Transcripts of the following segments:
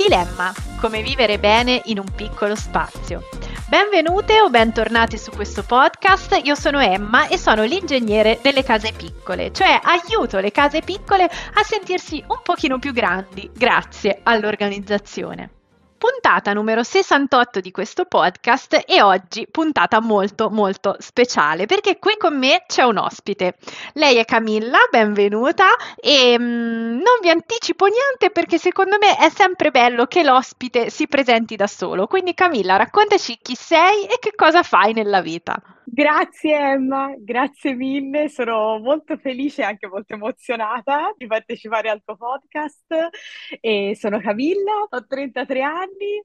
Dilemma, come vivere bene in un piccolo spazio. Benvenute o bentornati su questo podcast, io sono Emma e sono l'ingegnere delle case piccole, cioè aiuto le case piccole a sentirsi un pochino più grandi grazie all'organizzazione. Puntata numero 68 di questo podcast e oggi puntata molto speciale perché qui con me c'è un ospite. Lei è Camilla, benvenuta e non vi anticipo niente perché secondo me è sempre bello che l'ospite si presenti da solo. Quindi Camilla, raccontaci chi sei e che cosa fai nella vita. Grazie Emma, grazie mille, sono molto felice e anche molto emozionata di partecipare al tuo podcast. E sono Camilla, ho 33 anni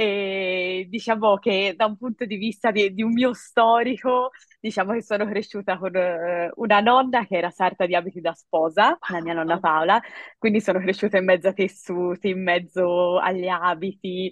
e diciamo che da un punto di vista di un mio storico, diciamo che sono cresciuta con una nonna che era sarta di abiti da sposa, la mia nonna Paola, quindi sono cresciuta in mezzo a tessuti, in mezzo agli abiti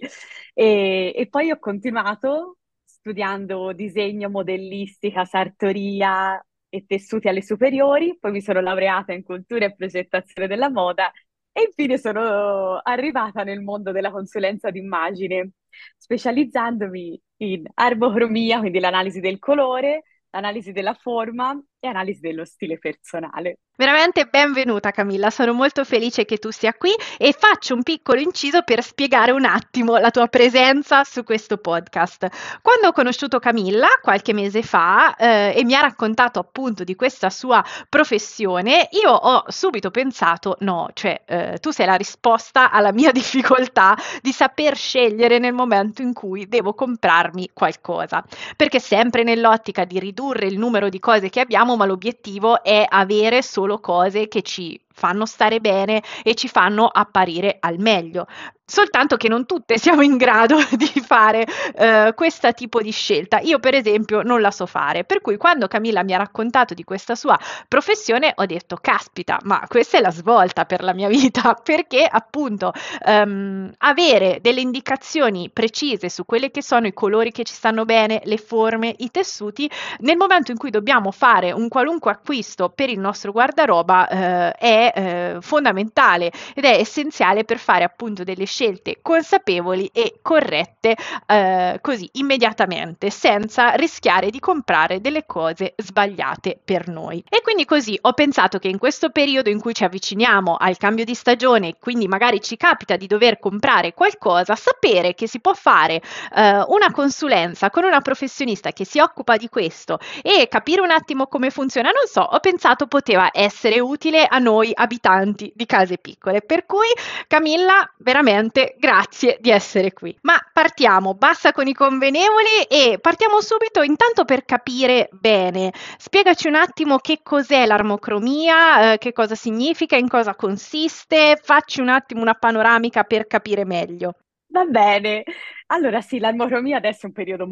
e poi ho continuato studiando disegno, modellistica, sartoria e tessuti alle superiori, poi mi sono laureata in cultura e progettazione della moda e infine sono arrivata nel mondo della consulenza d'immagine, specializzandomi in armocromia, quindi l'analisi del colore, l'analisi della forma e analisi dello stile personale. Veramente benvenuta Camilla, sono molto felice che tu sia qui e faccio un piccolo inciso per spiegare un attimo la tua presenza su questo podcast. Quando ho conosciuto Camilla qualche mese fa e mi ha raccontato appunto di questa sua professione, io ho subito pensato, no, cioè tu sei la risposta alla mia difficoltà di saper scegliere nel momento in cui devo comprarmi qualcosa, perché sempre nell'ottica di ridurre il numero di cose che abbiamo, ma l'obiettivo è avere solo cose che ci fanno stare bene e ci fanno apparire al meglio. Soltanto che non tutte siamo in grado di fare questo tipo di scelta. Io, per esempio, non la so fare. Per cui, quando Camilla mi ha raccontato di questa sua professione, ho detto: caspita, ma questa è la svolta per la mia vita, perché appunto avere delle indicazioni precise su quelli che sono i colori che ci stanno bene, le forme, i tessuti, nel momento in cui dobbiamo fare un qualunque acquisto per il nostro guardaroba è fondamentale ed è essenziale per fare appunto delle scelte consapevoli e corrette così immediatamente senza rischiare di comprare delle cose sbagliate per noi. E quindi così ho pensato che in questo periodo in cui ci avviciniamo al cambio di stagione, quindi magari ci capita di dover comprare qualcosa, sapere che si può fare una consulenza con una professionista che si occupa di questo e capire un attimo come funziona, non so, ho pensato poteva essere utile a noi abitanti di case piccole. Per cui, Camilla, veramente grazie di essere qui. Ma partiamo, basta con i convenevoli e partiamo subito intanto per capire bene. Spiegaci un attimo che cos'è l'armocromia, che cosa significa, in cosa consiste, facci un attimo una panoramica per capire meglio. Va bene, allora sì, l'armocromia adesso è un periodo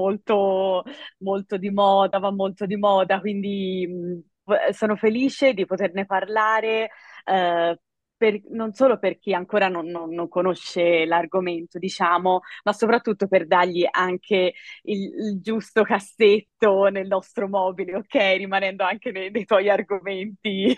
molto di moda, va molto di moda, quindi sono felice di poterne parlare, non solo per chi ancora non conosce l'argomento, diciamo, ma soprattutto per dargli anche il giusto cassetto nel nostro mobile, ok? Rimanendo anche nei tuoi argomenti.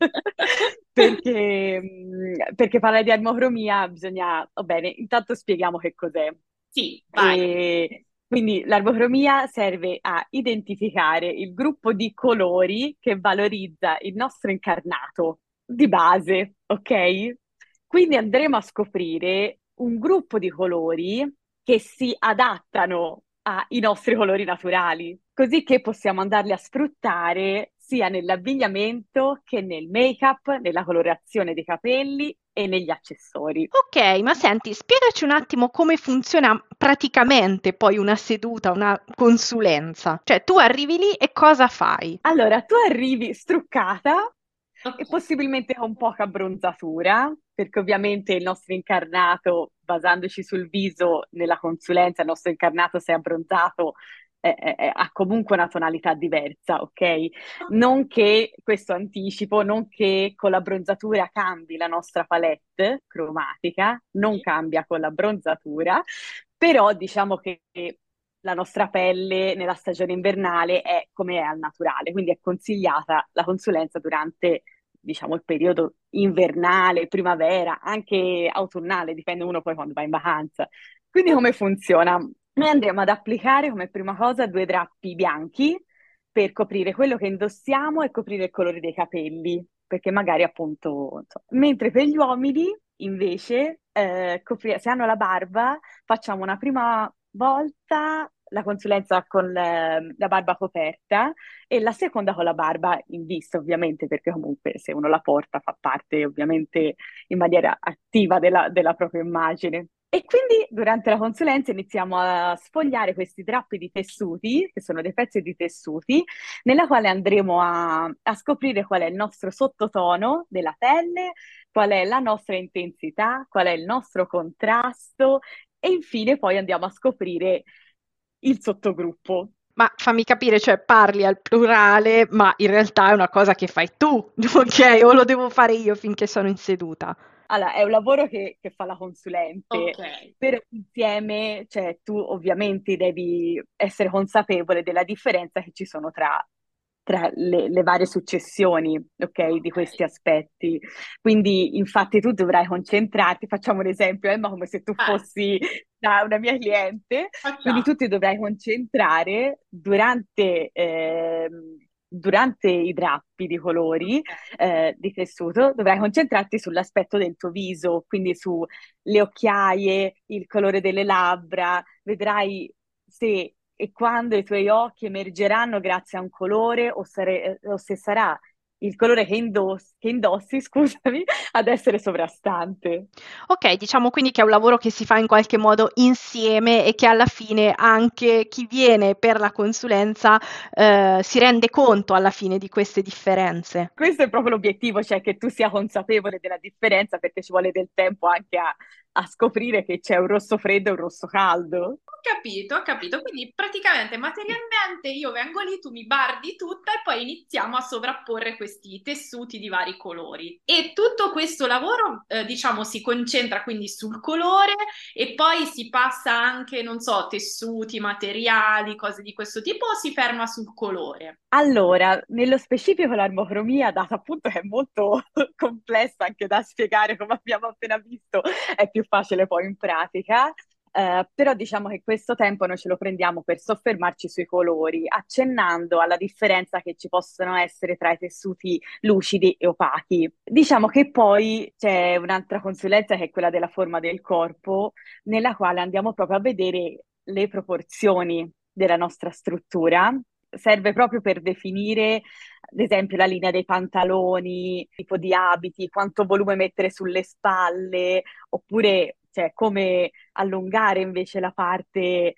Perché parlare di armocromia bisogna, va bene, intanto spieghiamo che cos'è. Sì, vai. E quindi l'armocromia serve a identificare il gruppo di colori che valorizza il nostro incarnato di base, ok? Quindi andremo a scoprire un gruppo di colori che si adattano ai nostri colori naturali, così che possiamo andarli a sfruttare sia nell'abbigliamento che nel make-up, nella colorazione dei capelli e negli accessori. Ok, ma senti, spiegaci un attimo come funziona praticamente poi una seduta, una consulenza. Cioè, tu arrivi lì e cosa fai? Allora, tu arrivi struccata Ok. e possibilmente con poca abbronzatura, perché ovviamente il nostro incarnato, basandoci sul viso nella consulenza, il nostro incarnato se è abbronzato ha comunque una tonalità diversa, ok? Non che, questo anticipo, non che con l'abbronzatura cambi la nostra palette cromatica, non cambia con l'abbronzatura, però diciamo che la nostra pelle nella stagione invernale è come è al naturale, quindi è consigliata la consulenza durante diciamo, il periodo invernale, primavera, anche autunnale, dipende uno poi quando va in vacanza. Quindi come funziona? Noi andremo ad applicare come prima cosa due drappi bianchi per coprire quello che indossiamo e coprire il colore dei capelli, perché magari appunto... insomma. Mentre per gli uomini, invece, se hanno la barba, facciamo una prima volta la consulenza con la barba coperta e la seconda con la barba in vista, ovviamente, perché comunque se uno la porta fa parte ovviamente in maniera attiva della propria immagine. E quindi durante la consulenza iniziamo a sfogliare questi drappi di tessuti, che sono dei pezzi di tessuti, nella quale andremo a scoprire qual è il nostro sottotono della pelle, qual è la nostra intensità, qual è il nostro contrasto e infine poi andiamo a scoprire il sottogruppo. Ma fammi capire, cioè parli al plurale, ma in realtà è una cosa che fai tu, ok? O lo devo fare io finché sono in seduta? Allora, è un lavoro che fa la consulente, Ok. però insieme, cioè tu ovviamente devi essere consapevole della differenza che ci sono tra le varie successioni, ok, di Ok. questi aspetti. Quindi, infatti, tu dovrai concentrarti, facciamo un esempio, Emma, come se tu Vai, fossi da una mia cliente, quindi facciamo. tu ti dovrai concentrare durante i drappi di colori Ok. di tessuto, dovrai concentrarti sull'aspetto del tuo viso, quindi sulle occhiaie, il colore delle labbra, vedrai se e quando i tuoi occhi emergeranno grazie a un colore o se sarà il colore che indossi, scusami, ad essere sovrastante. Ok, diciamo quindi che è un lavoro che si fa in qualche modo insieme e che alla fine anche chi viene per la consulenza si rende conto alla fine di queste differenze. Questo è proprio l'obiettivo, cioè che tu sia consapevole della differenza perché ci vuole del tempo anche a scoprire che c'è un rosso freddo e un rosso caldo. Ho capito, ho capito. Quindi praticamente materialmente io vengo lì, tu mi bardi tutta e poi iniziamo a sovrapporre questi tessuti di vari colori. E tutto questo lavoro, diciamo, si concentra quindi sul colore e poi si passa anche, non so, tessuti, materiali, cose di questo tipo o si ferma sul colore? Allora, nello specifico l'armocromia, data appunto che è molto complessa anche da spiegare, come abbiamo appena visto, è più facile poi in pratica. Però diciamo che questo tempo noi ce lo prendiamo per soffermarci sui colori, accennando alla differenza che ci possono essere tra i tessuti lucidi e opachi. Diciamo che poi c'è un'altra consulenza che è quella della forma del corpo, nella quale andiamo proprio a vedere le proporzioni della nostra struttura. Serve proprio per definire, ad esempio, la linea dei pantaloni, tipo di abiti, quanto volume mettere sulle spalle, oppure cioè, come allungare invece la parte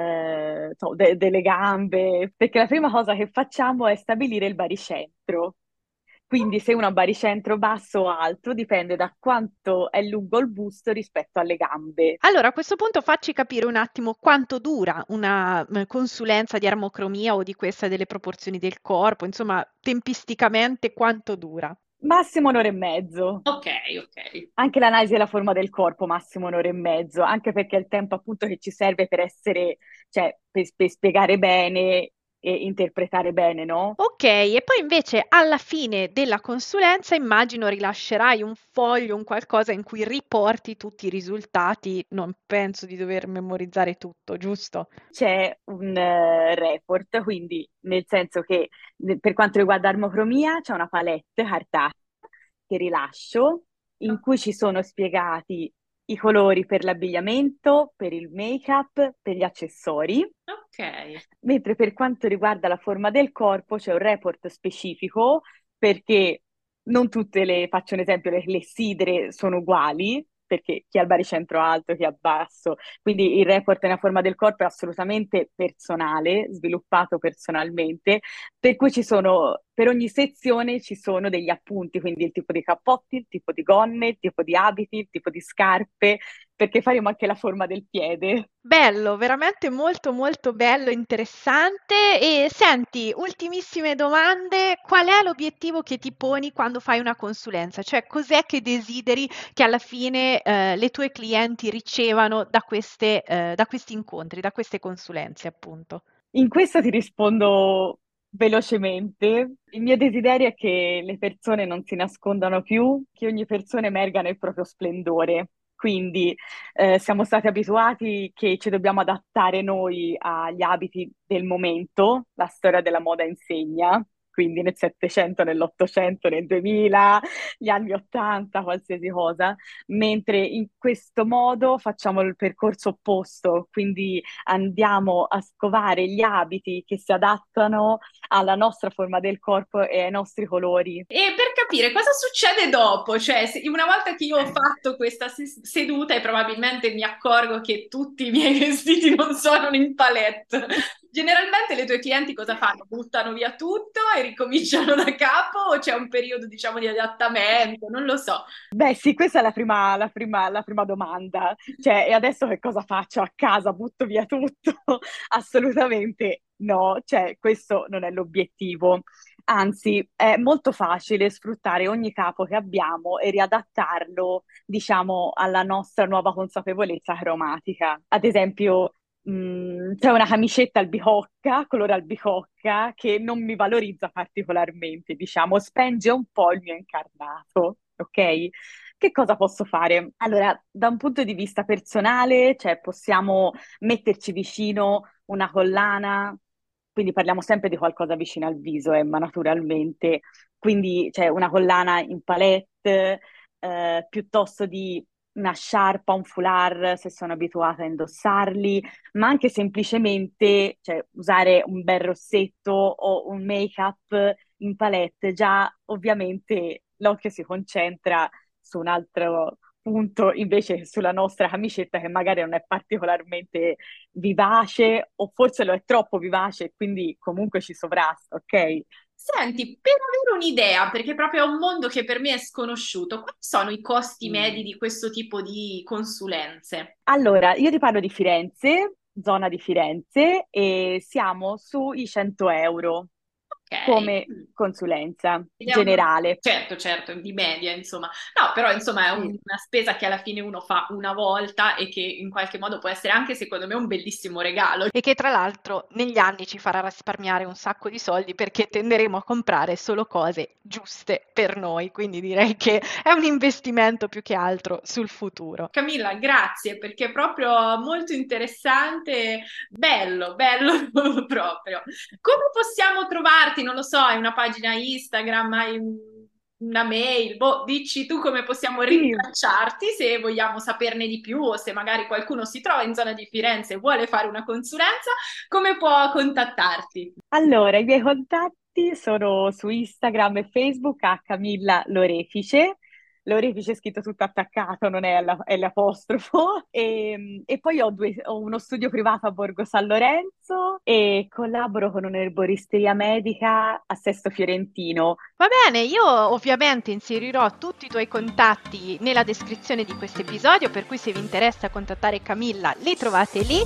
delle gambe, perché la prima cosa che facciamo è stabilire il baricentro. Quindi se uno ha baricentro basso o alto dipende da quanto è lungo il busto rispetto alle gambe. Allora, a questo punto facci capire un attimo quanto dura una consulenza di armocromia o di questa delle proporzioni del corpo, insomma, tempisticamente quanto dura. Massimo un'ora e mezzo. Ok, ok. Anche l'analisi della forma del corpo, massimo un'ora e mezzo, anche perché è il tempo appunto che ci serve per essere, cioè, per spiegare bene e interpretare bene, no? Ok, e poi invece alla fine della consulenza immagino rilascerai un foglio, un qualcosa in cui riporti tutti i risultati. Non penso di dover memorizzare tutto, giusto? C'è un report, quindi nel senso che per quanto riguarda armocromia c'è una palette cartacea che rilascio in cui ci sono spiegati i colori per l'abbigliamento, per il make-up, per gli accessori. Ok. Mentre per quanto riguarda la forma del corpo c'è un report specifico perché non tutte faccio un esempio, le sidre sono uguali, perché chi ha il baricentro alto, chi ha basso, quindi il report nella forma del corpo è assolutamente personale, sviluppato personalmente, per cui per ogni sezione ci sono degli appunti, quindi il tipo di cappotti, il tipo di gonne, il tipo di abiti, il tipo di scarpe, perché faremo anche la forma del piede. Bello, veramente molto molto bello, interessante. E senti, ultimissime domande, qual è l'obiettivo che ti poni quando fai una consulenza? Cioè, cos'è che desideri che alla fine le tue clienti ricevano da questi incontri, da queste consulenze, appunto? In questo ti rispondo velocemente. Il mio desiderio è che le persone non si nascondano più, che ogni persona emerga nel proprio splendore. Quindi siamo stati abituati che ci dobbiamo adattare noi agli abiti del momento, la storia della moda insegna, quindi nel 700, nell'Ottocento, nel 2000, gli anni 80, qualsiasi cosa, mentre in questo modo facciamo il percorso opposto, quindi andiamo a scovare gli abiti che si adattano alla nostra forma del corpo e ai nostri colori. E per capire cosa succede dopo, cioè una volta che io ho fatto questa seduta e probabilmente mi accorgo che tutti i miei vestiti non sono in palette, generalmente le tue clienti cosa fanno? Buttano via tutto e ricominciano da capo o c'è un periodo, diciamo, di adattamento? Non lo so. Beh, sì, questa è la prima domanda. Cioè, e adesso che cosa faccio a casa? Butto via tutto? Assolutamente no, cioè, questo non è l'obiettivo. Anzi, è molto facile sfruttare ogni capo che abbiamo e riadattarlo, diciamo, alla nostra nuova consapevolezza cromatica. Ad esempio, c'è una camicetta albicocca, colore albicocca, che non mi valorizza particolarmente, diciamo, spenge un po' il mio incarnato, ok? Che cosa posso fare? Allora, da un punto di vista personale, cioè possiamo metterci vicino una collana, quindi parliamo sempre di qualcosa vicino al viso, ma naturalmente, quindi c'è una collana in palette, piuttosto di una sciarpa, un foulard, se sono abituata a indossarli, ma anche semplicemente, cioè, usare un bel rossetto o un make-up in palette, già ovviamente l'occhio si concentra su un altro punto, invece sulla nostra camicetta che magari non è particolarmente vivace o forse lo è troppo vivace e quindi comunque ci sovrasta, ok? Senti, per avere un'idea, perché proprio è un mondo che per me è sconosciuto, quali sono i costi medi di questo tipo di consulenze? Allora, io ti parlo di Firenze, zona di Firenze, e siamo sui 100 euro Ok. come consulenza Ed è generale. certo, di media, insomma. No, però, insomma, è Sì. una spesa che alla fine uno fa una volta e che in qualche modo può essere anche, secondo me, un bellissimo regalo. E che tra l'altro negli anni ci farà risparmiare un sacco di soldi perché tenderemo a comprare solo cose giuste per noi, quindi direi che è un investimento più che altro sul futuro. Camilla, grazie perché è proprio molto interessante, bello, bello proprio. Come possiamo trovarti? Non lo so, hai una pagina Instagram, hai una mail, boh, dici tu come possiamo Sì, rintracciarti se vogliamo saperne di più o se magari qualcuno si trova in zona di Firenze e vuole fare una consulenza, come può contattarti? allora i miei contatti sono su Instagram e Facebook a Camilla Lorefice. Lorefice è scritto tutto attaccato, non è è l'apostrofo. E poi ho uno studio privato a Borgo San Lorenzo e collaboro con un'erboristeria medica a Sesto Fiorentino. Va bene, io ovviamente inserirò tutti i tuoi contatti nella descrizione di questo episodio, per cui se vi interessa contattare Camilla li trovate lì.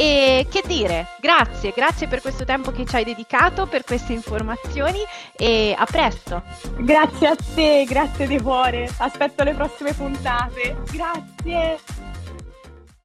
E che dire, grazie per questo tempo che ci hai dedicato, per queste informazioni e a presto. Grazie a te, grazie di cuore. Aspetto le prossime puntate. Grazie.